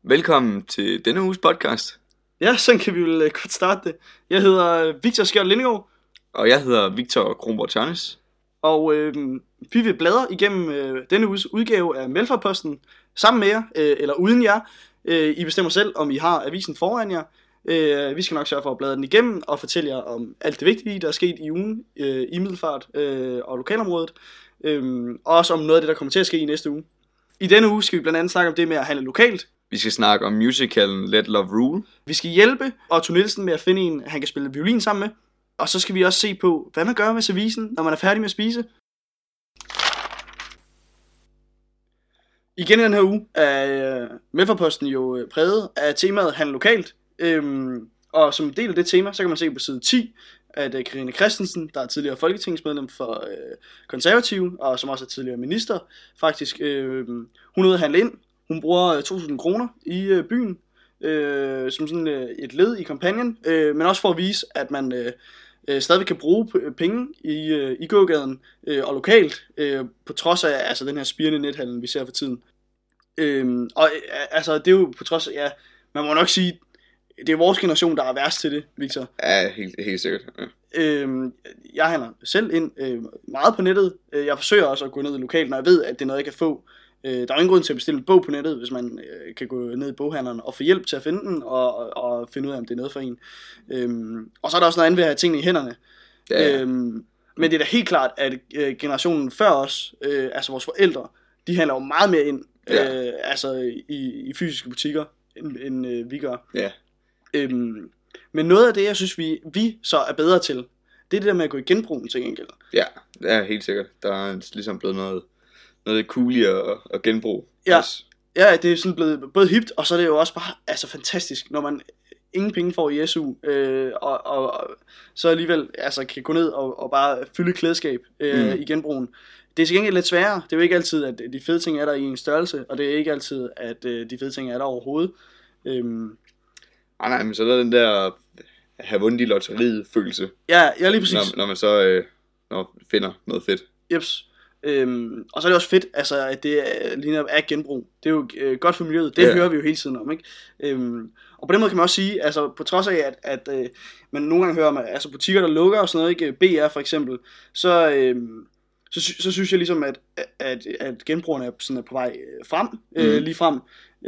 Velkommen til denne uges podcast. Ja, sådan kan vi vel godt starte det. Jeg hedder Victor Skjold Lindegaard. Og jeg hedder Victor Kronborg Tørnes. Og vi vil bladre igennem denne uges udgave af Melfarposten sammen med jer, eller uden jer. I bestemmer selv, om I har avisen foran jer. Vi skal nok sørge for at bladre den igennem og fortælle jer om alt det vigtige, der er sket i ugen i Middelfart og lokalområdet. Og også om noget af det, der kommer til at ske i næste uge. I denne uge skal vi blandt andet snakke om det med at handle lokalt. Vi skal snakke om musicalen Let Love Rule. Vi skal hjælpe Otto Nielsen med at finde en, han kan spille violin sammen med. Og så skal vi også se på, hvad man gør med servicen, når man er færdig med at spise. Igen i den her uge er Melfarposten jo præget af temaet handle lokalt. Og som del af det tema, så kan man se på side 10, at Carina Christensen, der er tidligere folketingsmedlem for Konservative, og som også er tidligere minister, faktisk, hun er ude at handle ind. Hun bruger 2.000 kroner i byen, som sådan et led i kampagnen, men også for at vise, at man stadig kan bruge penge i gågaden og lokalt, på trods af altså, den her spirende nethandel, vi ser for tiden. Og altså, det er jo på trods af, ja, man må nok sige, det er vores generation, der er værst til det, Victor. Ja, helt sikkert. Ja. Jeg handler selv ind meget på nettet. Jeg forsøger også at gå ned lokalt, når jeg ved, at det er noget, jeg kan få. Der er ingen grund til at bestille en bog på nettet, hvis man kan gå ned i boghandleren og få hjælp til at finde den, og finde ud af, om det er noget for en. Og så er der også noget andet ved at have tingene i hænderne. Ja. Men det er da helt klart, at generationen før os, altså vores forældre, de handler jo meget mere ind, altså i fysiske butikker, end vi gør. Ja. Men noget af det, jeg synes, vi så er bedre til, det er det der med at gå i genbrugen til gengæld. Ja, det er helt sikkert. Der er ligesom blevet noget coolere at genbruge. Ja. Ja, det er sådan blevet både hipt, og så er det jo også bare altså fantastisk, når man ingen penge får i SU, og så alligevel altså, kan gå ned og bare fylde klædeskab i genbrugen. Det er til gengæld lidt sværere. Det er jo ikke altid, at de fede ting er der i en størrelse, og det er ikke altid, at de fede ting er der overhovedet. Nej, men så er der den der have vundet i lotteriet følelse. Ja, lige præcis. Når man så finder noget fedt. Jeps. Og så er det også fedt, altså, at det ligner af genbrug. Det er jo godt for miljøet. Det hører vi jo hele tiden om, ikke? Og på den måde kan man også sige, altså på trods af, at man nogle gange hører om, altså butikker, der lukker og sådan noget, ikke? BR for eksempel, så synes jeg ligesom, at genbrugerne er på vej frem, lige frem.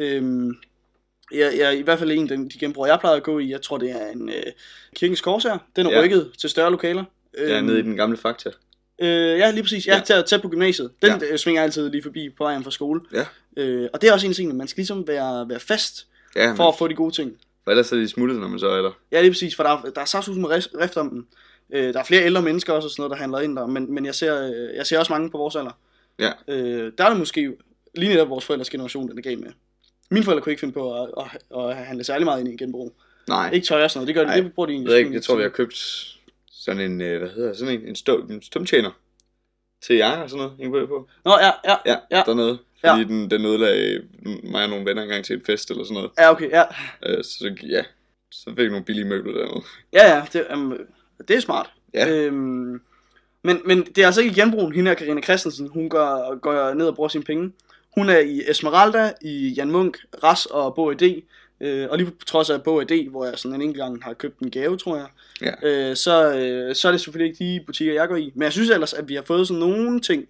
Jeg i hvert fald en af de genbruger, jeg plejede at gå i, jeg tror det er en Kirkens Korshær. Den er rykket til større lokaler. Ja, nede i den gamle Fakta. Ja, lige præcis. Ja, tæt på gymnasiet. Den svinger altid lige forbi på vejen fra skole. Ja. Og det er også en ting, man skal ligesom være fast for at få de gode ting. For ellers er de smuttet, når man så er der. Ja, lige præcis, for der er saftsus med rift om den. Der er flere ældre mennesker også og sådan noget, der handler ind der, men jeg ser også mange på vores alder. Ja. Der er det måske lige netop vores forældres generation, den er galt med. Mine forældre kunne ikke finde på at handle særlig meget ind i en genbrug. Nej. Ikke tøj og sådan noget, det gør de, det bruger de egentlig. Jeg tror vi har købt sådan en, en stumtjener til jakker og sådan noget, hænger på. Nå, ja. Dernede. Fordi den ødelagde mig og nogle venner engang til en fest eller sådan noget. Ja, okay, ja. Så fik jeg nogle billige møbler dernede. Ja, det er smart. Ja. Men det er altså ikke i genbrugen, hende her Carina Christensen, hun går ned og bruger sine penge. Hun er i Esmeralda, i Jan Munk, Ras og Bog & D. Og lige på trods af Bog & D, hvor jeg sådan en enkelt gang har købt en gave, tror jeg. Ja. Så er det selvfølgelig ikke de butikker, jeg går i. Men jeg synes ellers, at vi har fået sådan nogle ting,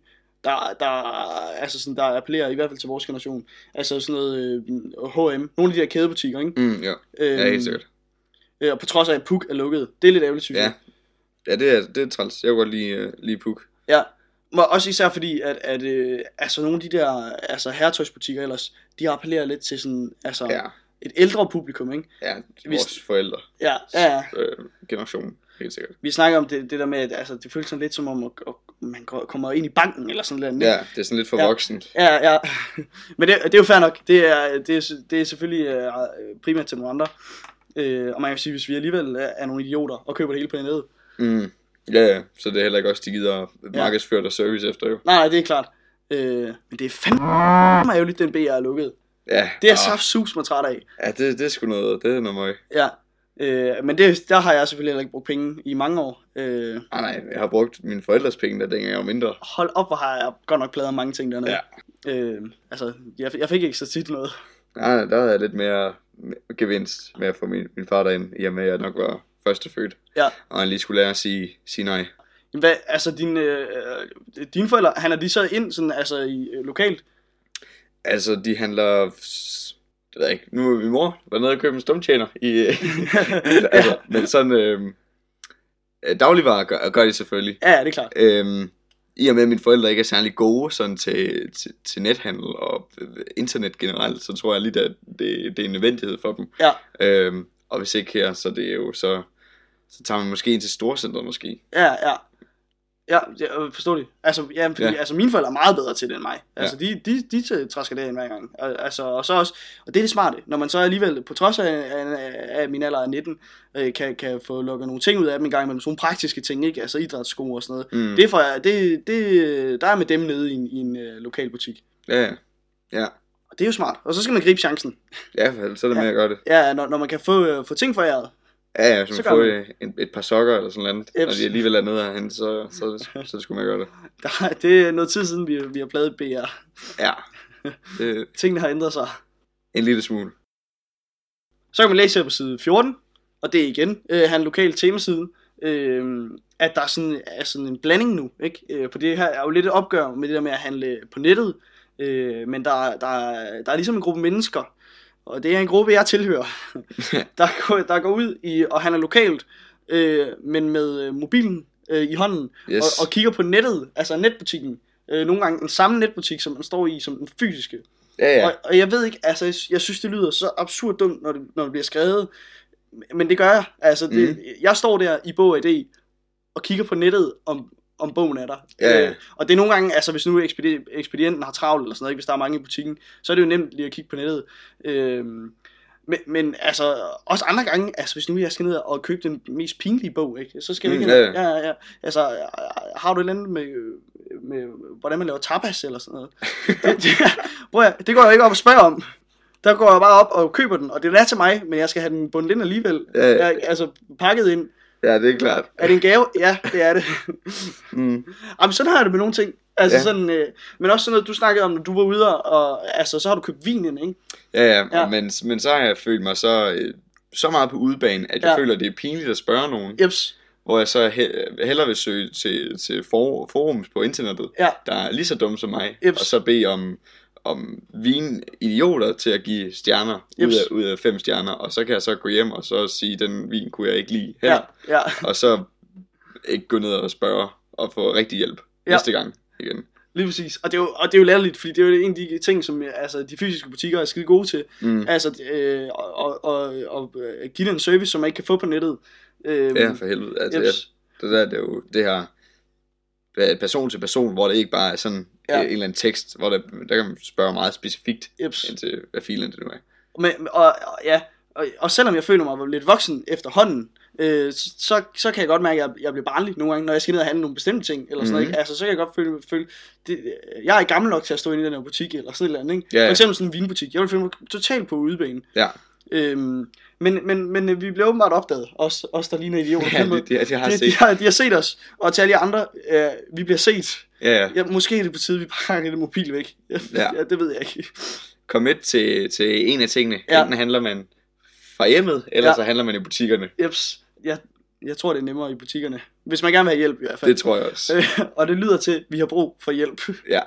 der appellerer i hvert fald til vores generation. Altså sådan noget H&M. Nogle af de der kædebutikker, ikke? Ja, helt sikkert. Og på trods af, at Puk er lukket. Det er lidt ærgerligt, synes jeg. Ja, det er træls. Jeg kan godt lide Puk. Ja. Også især fordi, at altså nogle af de der herretøjsbutikker ellers, de appellerer lidt til sådan, et ældre publikum, ikke? Ja, vores forældre. Ja. Generation, helt sikkert. Vi snakker om det der med, at det føles sådan lidt som om, at man kommer ind i banken, eller sådan noget. Ja, det er sådan lidt for voksent. Ja. Men det er jo fair nok. Det er selvfølgelig primært til nogle andre. Og man kan sige, hvis vi alligevel er nogle idioter, og køber det hele på nettet. Ja, så det er heller ikke også, de gider markedsføre der service efter jo. Nej, det er klart. Men det er fandme ærgerligt, den BR er lukket. Ja. Det er saftsus mig træt af. Ja, det er sgu noget, det er noget møg. Ja. Men der har jeg selvfølgelig heller ikke brugt penge i mange år. Nej, jeg har brugt mine forældres penge, dengang jeg var mindre. Hold op, hvor har jeg godt nok pladet mange ting dernede. Ja. Jeg fik ikke så tit noget. Der havde jeg lidt mere gevinst med at få min far derind, i og med at jeg nok var førstefødt. Ja. Og han lige skulle lære at sige nej. Hvad, altså dine forældre, handler de så ind sådan, altså lokalt? Altså, de handler... Det ved jeg ikke. Nu er min mor været nede og købe en stumtjener i... altså, men sådan... dagligvarer gør de selvfølgelig. Ja, det er klart. I og med at mine forældre ikke er særlig gode sådan til nethandel og internet generelt, så tror jeg lidt, at det er en nødvendighed for dem. Ja. Og hvis ikke her, så det er jo så tager man måske ind til storcenteret måske. Ja, jeg forstår det. Altså, altså mine forældre er meget bedre til det end mig. Altså, de træsker det ind hver gang. Altså, og så også, og det er det smarte, når man så alligevel, på trods af min alder af 19, kan få lukket nogle ting ud af dem en gang imellem, sådan nogle praktiske ting, ikke? Altså idrætssko og sådan noget. Det er for, der er med dem nede i en lokal butik. Ja. Og det er jo smart. Og så skal man gribe chancen. Ja, så er det med at gøre det. Ja, når man kan få ting foræret. Ja, så man får et par sokker eller sådan noget. Når de alligevel er nede herhen, så skulle man gøre det. Det er noget tid siden, vi har pladet BR. Ja. Tingene har ændret sig. En lille smule. Så kan man læse her på side 14, og det er igen en lokal temaside, at der er sådan en blanding nu, ikke? For det her er jo lidt et opgør med det der med at handle på nettet, men der er ligesom en gruppe mennesker, og det er en gruppe, jeg tilhører, der går ud og handler lokalt, men med mobilen i hånden, yes. og kigger på nettet, altså netbutikken. Nogle gange en samme netbutik, som man står i, som den fysiske. Ja. Og jeg ved ikke, altså jeg synes, det lyder så absurd dumt, når det bliver skrevet, men det gør jeg. Altså, jeg står der i Bog & ID og kigger på nettet, om bogen er der. Ja. Og det er nogle gange, altså hvis nu ekspedienten har travlt eller sådan noget, ikke? Hvis der er mange i butikken, så er det jo nemt lige at kigge på nettet. Men altså, også andre gange, altså hvis nu jeg skal ned og købe den mest pinlige bog, ikke? Så skal jeg ikke ja. Altså, har du et eller andet med hvordan man laver tapas eller sådan noget? Det går jeg ikke op og spørger om. Der går jeg bare op og køber den, og det er til mig, men jeg skal have den bundet ind alligevel. Ja. Altså pakket ind. Ja, det er klart. Er det en gave? Ja, det er det. Jamen, sådan har jeg det med nogle ting. Altså sådan, men også sådan noget, du snakkede om, når du var ude, og altså, så har du købt vin ind, ikke? Ja. Men så har jeg følt mig så meget på udebane, at jeg føler, at det er pinligt at spørge nogen. Jeps. Hvor jeg så hellere vil søge til forums på internettet, der er lige så dumme som mig, og så bede om vinidioter til at give stjerner ud af 5 stjerner, og så kan jeg så gå hjem og så sige, den vin kunne jeg ikke lide her, og så ikke gå ned og spørge og få rigtig hjælp næste gang igen. Lige præcis, og det er jo latterligt, fordi det er jo en af de ting, som altså, de fysiske butikker er skide gode til, altså og give den en service, som man ikke kan få på nettet. Ja, for helvede, altså det er jo det her person til person, hvor det ikke bare er sådan en eller anden tekst, hvor der kan man spørge meget specifikt indtil hvad filen det nu er. Og selvom jeg føler mig lidt voksen efterhånden, så kan jeg godt mærke, at jeg bliver barnlig nogle gange, når jeg skal ned og handle nogle bestemte ting, eller sådan noget, ikke? Altså, så kan jeg godt føle det, jeg er gammel nok til at stå inde i den her butik, eller sådan et eller andet, ikke? For eksempel sådan en vinbutik, jeg vil føle mig totalt på udebane. Ja. Men vi blev åbenbart opdaget, os der ligner idioter. De har set os, og til alle de andre, vi bliver set. Ja, måske er det på tide, vi pakker det mobil væk. Det ved jeg ikke. Commit til en af tingene. Enten handler man fra hjemmet, eller så handler man i butikkerne. Jeps. Jeg tror, det er nemmere i butikkerne. Hvis man gerne vil have hjælp i hvert fald. Det tror jeg også. Og det lyder til, at vi har brug for hjælp. Ja.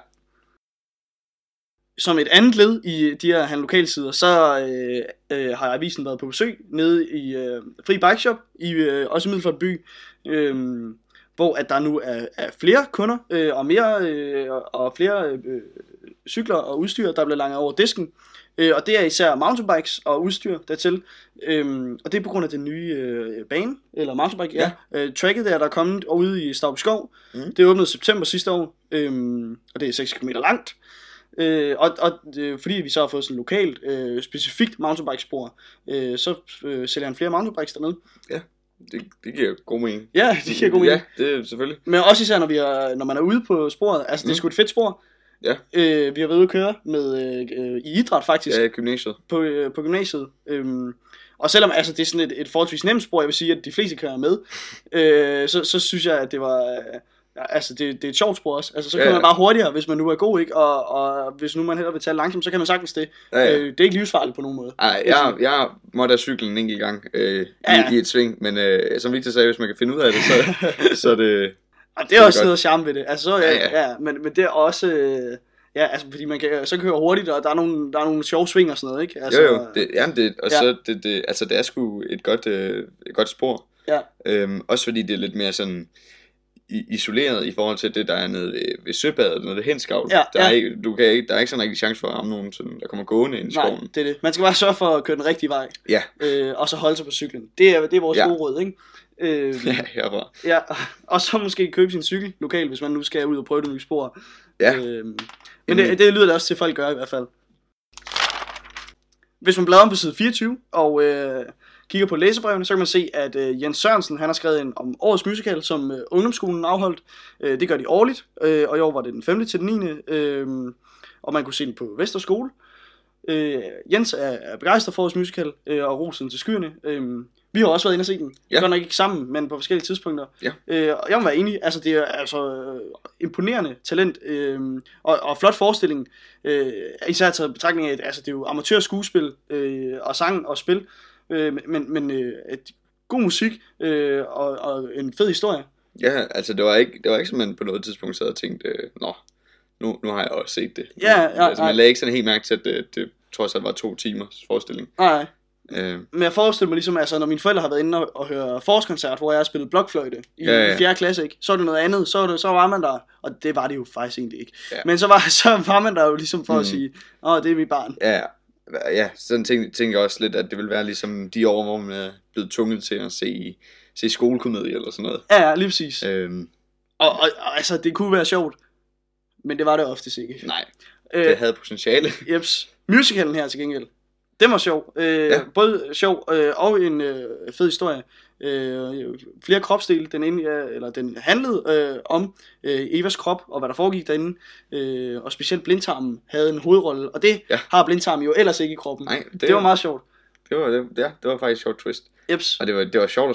Som et andet led i de her lokalsider, så har avisen været på besøg nede i Fri Bike Shop, også i Middelfart by, hvor at der nu er flere kunder og mere og flere cykler og udstyr, der bliver langet over disken. Og det er især mountainbikes og udstyr dertil. Og det er på grund af den nye bane, eller mountainbike, tracket der er kommet ude i Stauby Skov. Det åbnede i september sidste år, og det er 6 km langt. Fordi vi så har fået sådan lokalt specifikt mountainbike-spor, så sælger han flere mountainbikes dernede. Ja, det giver god mening. Ja, det giver god mening. Ja, det er selvfølgelig. Men også især når man er ude på sporet. Altså det er sgu et fedt spor. Ja. Vi har været ude at køre med i idræt faktisk. Ja, i gymnasiet. På gymnasiet. Og selvom altså, det er sådan et forholdsvis nemt spor, jeg vil sige, at de fleste kører med, så synes jeg, at det var Ja, altså det er et sjovt spor også. Altså så kan man bare hurtigere, hvis man nu er god, ikke? Og hvis nu man hellere vil tage langsomt, så kan man sagtens det. Det er ikke livsfarligt på nogen måde. Nej, jeg måtte have cyklet en enkelt gang i et sving, men som Victor sagde, hvis man kan finde ud af det, så er det... Ja, det er også noget charme ved det. Altså så men det er også altså fordi man kan så køre hurtigt, og der er nogle sjove sving og sådan noget, ikke? Altså, jo, så det er sgu et godt spor. Ja. Også fordi det er lidt mere sådan isoleret i forhold til det, der er nede ved søbadet, når det er henskavl. Der er ikke sådan en rigtig chance for at ramme nogen, sådan, der kommer gående ind i skoven. Nej, det er det. Man skal bare sørge for at køre den rigtige vej. Ja. Og så holde sig på cyklen. Det er vores gode råd, ikke? Herfra. Ja, og så måske købe sin cykel lokalt, hvis man nu skal ud og prøve det nye spor. Ja. Men det lyder da også til, at folk gør i hvert fald. Hvis man bladrer om på side 24 og kigger på læsebrevene, så kan man se, at Jens Sørensen han har skrevet ind om årets musical, som ungdomsskolen afholdt. Det gør de årligt, og i år var det den 5. til den 9. Og man kunne se den på Vesterskole. Jens er begejstret for årets musical og rosen til skyerne. Vi har også været inde og se den. Godt nok ikke sammen, men på forskellige tidspunkter. Og jeg må være enig. Altså det er altså imponerende talent og flot forestilling. Især taget betragtning af, altså det er jo amatørskuespil og sang og spil, men god musik og en fed historie. Ja, altså det var ikke som man på noget tidspunkt sad og tænkte, nu har jeg også set det. Altså man lagde ikke sådan helt mærke til, at det trods alt var 2 timers forestilling. Nej. Men jeg forestiller mig ligesom, altså når mine forældre har været inde og høre forårskoncert, hvor jeg har spillet blokfløjte i 4. klasse, ikke? Så er det noget andet, så var man der, og det var det jo faktisk egentlig ikke. Men så var man der jo ligesom for at sige, det er mit barn. Ja, sådan tænker jeg også lidt, at det vil være ligesom de år, hvor man er blevet tvunget til at se skolekomedie eller sådan noget. Ja, lige præcis. Og altså, det kunne være sjovt, men det var det oftest ikke. Nej, det havde potentiale. Jeps. Musicalen her til gengæld, den var sjov. Både sjov og en fed historie. Flere kropsdele. Den handlede om Evas krop og hvad der foregik derinde. Og specielt blindtarmen havde en hovedrolle. Og det har blindtarmen jo ellers ikke i kroppen. Nej, det var meget sjovt. Det var faktisk et sjovt twist. Jeps. Og det var sjovt at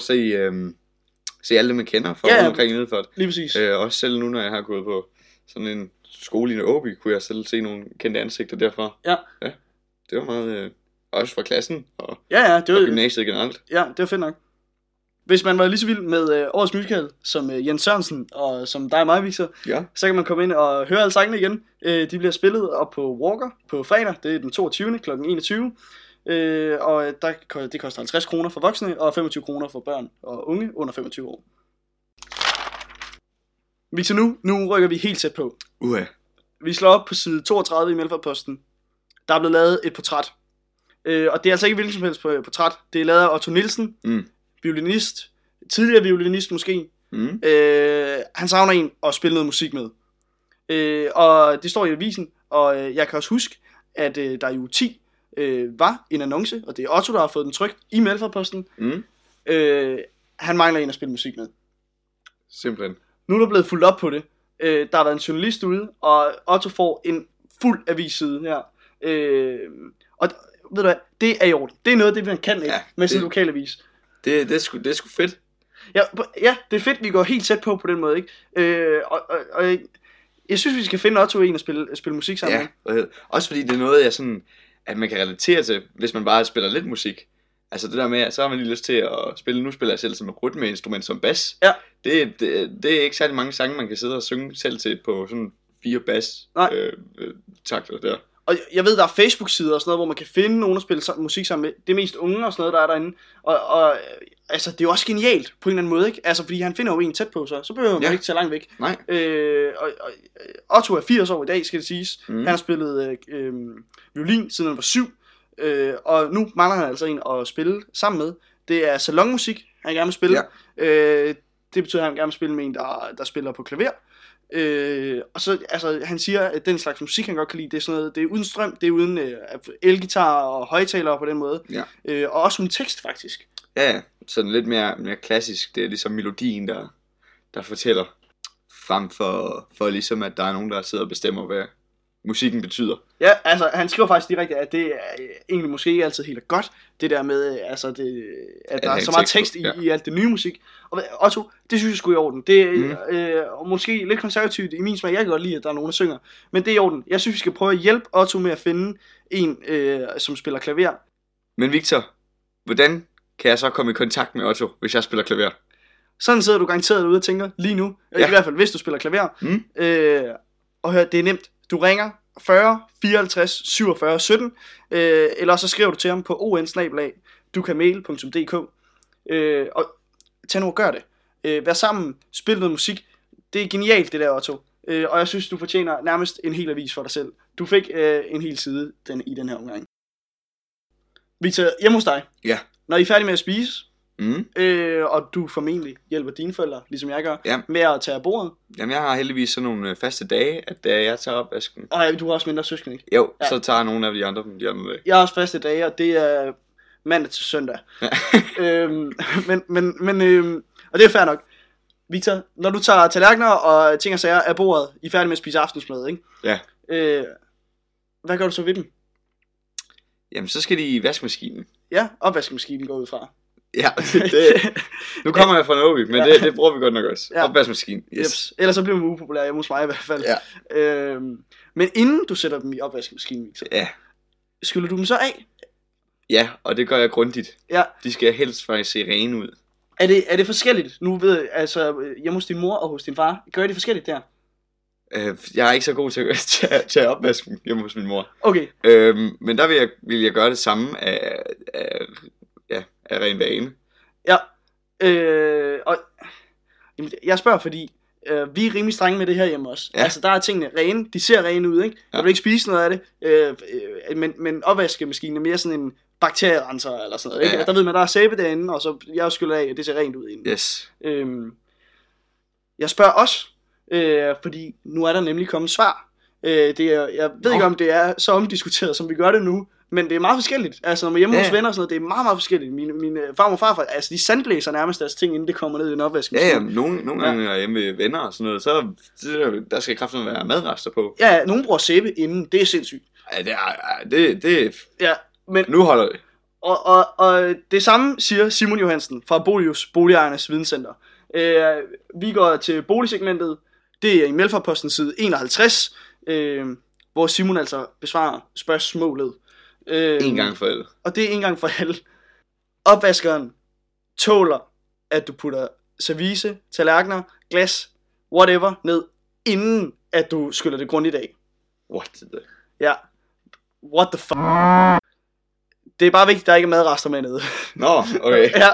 se alle dem man kender fra omkring i Middelfart. Lige præcis. Også selv nu når jeg har gået på sådan en skole i Åby, kunne jeg selv se nogle kendte ansigter derfra. Ja. Det var meget også fra klassen og det var gymnasiet generelt. Ja, det var fedt nok. Hvis man var lige så vild med årets musical som Jens Sørensen og som dig og mig, Victor, så kan man komme ind og høre alle sangene igen. De bliver spillet op på Walker på fredag, det er den 22. kl. 21. Og det koster 50 kroner for voksne og 25 kroner for børn og unge under 25 år. Victor, nu rykker vi helt tæt på. Vi slår op på side 32 i Middelfartposten. Der er blevet lavet et portræt. Og det er altså ikke hvilken som helst portræt. Det er lavet af Otto Nielsen, violinist, tidligere violinist måske. Han savner en at spille noget musik med. Og det står i avisen, og jeg kan også huske, at der i uge 10 var en annonce, og det er Otto, der har fået den trykt i Middelfartposten. Han mangler en at spille musik med. Simpelthen. Nu er der blevet fulgt op på det. Der har været en journalist ude, og Otto får en fuld avisside her. Og ved du hvad, det er i orden. Det er noget af det, man kan ikke med sin lokalavis. Det er sgu fedt. Ja, det er fedt, vi går helt tæt på den måde, ikke? Og jeg synes, vi skal finde Otto en at spille musik sammen med. Også fordi det er noget, at man kan relatere til, hvis man bare spiller lidt musik. Altså det der med, så har man lige lyst til at spille. Nu spiller jeg selv som et rytmeinstrument som bas. Det er ikke særlig mange sange, man kan sidde og synge selv til på sådan 4 bas takter der. Og jeg ved, der er Facebook-sider og sådan noget, hvor man kan finde nogen at spille musik sammen med. Det er mest unge og sådan noget, der er derinde. Og altså, det er jo også genialt på en eller anden måde, ikke? Altså, fordi han finder jo en tæt på sig, så behøver man ikke tage langt væk. Nej. Og Otto er 80 år i dag, skal det siges. Han har spillet violin, siden han var 7. Og nu mangler han altså en at spille sammen med. Det er salonmusik, han gerne vil spille. Det betyder, at han gerne vil spille med en, der spiller på klaver. Og så, altså, han siger, at den slags musik, han godt kan lide, det er sådan noget, det er uden strøm, det er uden elgitar og højtalere på den måde. Og også uden tekst, faktisk. Ja, sådan lidt mere klassisk. Det er ligesom melodien, der fortæller, frem for ligesom, at der er nogen, der sidder og bestemmer, musikken betyder. Ja, altså han skriver faktisk direkte, at det er egentlig måske ikke altid helt godt, det der med, altså det, at der er så meget tekst i alt det nye musik. Og Otto, det synes jeg sgu i orden. Det er måske lidt konservativt i min smag, jeg kan godt lide, at der er nogen, der synger, men det er i orden. Jeg synes, vi skal prøve at hjælpe Otto med at finde en, som spiller klaver. Men Victor, hvordan kan jeg så komme i kontakt med Otto, hvis jeg spiller klaver? Sådan sidder du garanteret ude og tænker lige nu, i hvert fald hvis du spiller klaver. Og hør, det er nemt. Du ringer 40 54 47 17, eller så skriver du til ham på on@dukanmail.dk. Og tag nu og gør det. Vær sammen, spil noget musik. Det er genialt det der, Otto. Og jeg synes, du fortjener nærmest en hel avis for dig selv. Du fik en hel side i den her omgang. Victor, hjemme hos dig. Ja. Når I er færdige med at spise, og du formentlig hjælper dine forældre, ligesom jeg gør, med at tage af bordet. Jamen jeg har heldigvis sådan nogle faste dage, at jeg tager opvasken. Og ja, du har også mindre søskende, ikke? Jo, så tager nogle af de andre dage. Jeg har også faste dage, og det er mandag til søndag. Ja. Og det er fair nok. Victor, når du tager tallerkener og ting og sager af bordet, I er færdige med at spise aftensmad, ikke? Ja. Hvad gør du så ved dem? Jamen så skal de i vaskemaskinen. Ja, opvaskemaskinen går ud fra. Ja, nu kommer jeg fra Novik, men det bruger vi godt nok også. Ja. Opvaskemaskinen, yes. Ellers så bliver man upopulær hjemme hos mig i hvert fald. Ja. Men inden du sætter dem i opvaskemaskinen, Victor, skyller du dem så af? Ja, og det gør jeg grundigt. Ja. De skal helst faktisk se rene ud. Er det forskelligt? Nu ved jeg, altså hjemme hos din mor og hos din far, gør I det forskelligt der? Jeg er ikke så god til at tage opvasken hjemme hos min mor. Okay. Men der vil jeg gøre det samme af ren vane. Ja. Og jeg spørger, fordi vi er rimelig strenge med det her hjemme også. Ja. Altså der er tingene rene, de ser rene ud, ikke? Jeg vil ikke spise noget af det. Men opvaskemaskinen er mere sådan en bakterierenser eller sådan noget, ikke? Ja. Der ved man, der er sæbe derinde, og så jeg skyller af, og det ser rent ud inden. Yes. Jeg spørger også, fordi nu er der nemlig kommet svar. Jeg ved ikke, om det er så omdiskuteret, som vi gør det nu, men det er meget forskelligt. Altså når man er hjemme hos venner og sådan noget, det er meget, meget forskelligt. Mine farmor og farfar, altså de sandblæser nærmest deres ting, inden det kommer ned i en opvaskemaskine. Ja, nogle gange er jeg hjemme ved venner og sådan noget, så der skal kraftigt være madrester på. Ja, nogen bruger sæbe inden, det er sindssygt. Ja, det ja, men nu holder det. Og det samme siger Simon Johansen fra Bolius, Boligejernes Videnscenter. Vi går til boligsegmentet. Det er i Melfarposten side 51, hvor Simon altså besvarer spørgsmålet. En gang for alle. Og det er en gang for alle. Opvaskeren tåler, at du putter service, tallerkener, glas, whatever ned, inden at du skyller det grundigt af. What the? Ja. What the fuck? Det er bare vigtigt, at der ikke er madrester med nede. Nå, okay. Ja,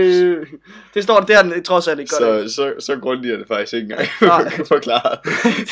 det står der, den trods alt ikke godt. Så grundigt er det faktisk ikke engang forklaret.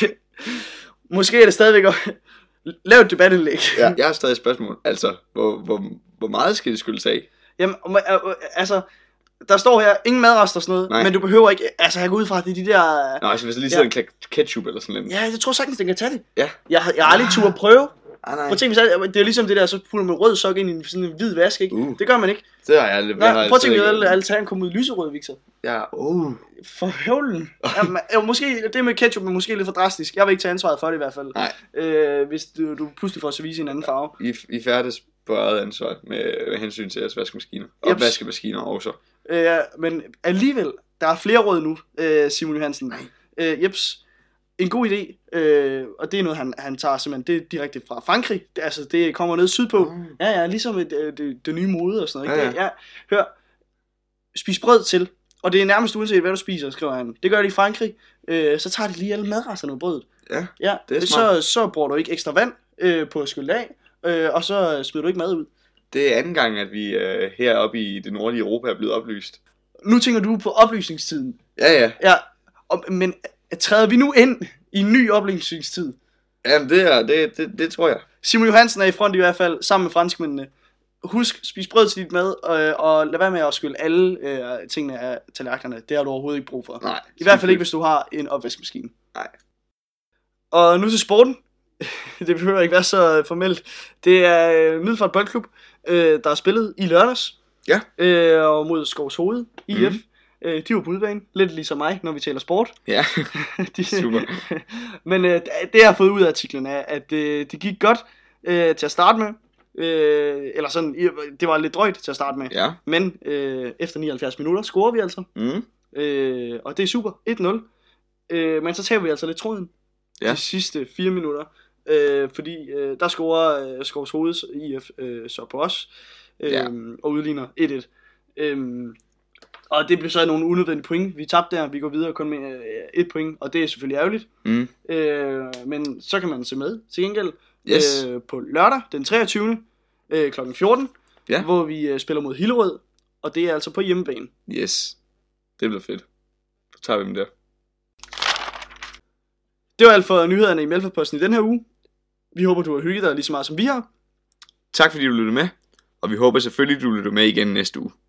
Måske er det stadigvæk lav et debatindlæg. Ja, jeg har stadig et spørgsmål. Altså, hvor meget skal det skyldes af? Jamen, altså, der står her, ingen madrester og sådan noget, men du behøver ikke, altså jeg går ud fra, at det er de der... Nå, altså hvis der lige sidder en ketchup eller sådan noget. Ja, jeg tror sagtens, den kan tage det. Ja. Jeg har aldrig turde prøve. Prøv at tænke, det er ligesom det der, så putter man rød sok ind i sådan en hvid vask, ikke? Det gør man ikke. Det har jeg aldrig. Prøv at tænke, at alteren kommer ud lyserød, Victor. Ja, For høvlen. Måske det med ketchup er måske lidt for drastisk. Jeg vil ikke tage ansvaret for det i hvert fald. Nej. Hvis du pludselig får service i en anden farve. I færdes på eget ansvar med hensyn til jeres vaskemaskiner. Og vaskemaskiner også. Men alligevel, der er flere råd nu, Simon Johansen. Jeps. En god idé, og det er noget, han tager simpelthen, det er direkte fra Frankrig, det kommer ned sydpå, ja, ligesom det nye mode og sådan noget, ikke? Ja. Hør, spis brød til, og det er nærmest uanset hvad du spiser, skriver han, det gør de i Frankrig, så tager de lige alle madresterne af brødet, ja, det er smart. Så bruger du ikke ekstra vand på at skylle af, og så smider du ikke mad ud. Det er anden gang, at vi heroppe i det nordlige Europa er blevet oplyst. Nu tænker du på oplysningstiden. Ja. Men træder vi nu ind i en ny oplysningstid? Jamen det tror jeg. Simon Johansen er i front i hvert fald, sammen med franskmændene. Husk, spis brød til dit mad, og lad være med at skylle alle tingene af tallerkenerne. Det har du overhovedet ikke brug for. Nej. I hvert fald ikke, hvis du har en opvaskemaskine. Nej. Og nu til sporten. Det behøver ikke være så formelt. Det er Middelfart Boldklub, der har spillet i lørdags. Ja. Og mod Skovs Hoved, IF. De var på udebane, lidt ligesom mig, når vi taler sport. Ja, super. Men det jeg har fået ud af artiklen er, at det gik godt til at starte med. Eller sådan, det var lidt drøjt til at starte med. Ja. Men efter 79 minutter scorer vi altså. Og det er super, 1-0. Men så tager vi altså lidt tråden de sidste 4 minutter. Fordi der scorer Skovshoveds IF så på os. Og udligner 1-1. Og det blev så nogle unødvendige point. Vi tabte der, vi går videre kun med 1 point. Og det er selvfølgelig ærgerligt. Men så kan man se med til gengæld. På lørdag den 23. Klokken 14, hvor vi spiller mod Hillerød, og det er altså på hjemmebane. Yes, det bliver fedt. Så tager vi dem der. Det var alt for nyhederne i Mælkeposten i den her uge. Vi håber, du har hygget dig lige så meget som vi har. Tak fordi du lyttede med, og vi håber selvfølgelig, du lytter med igen næste uge.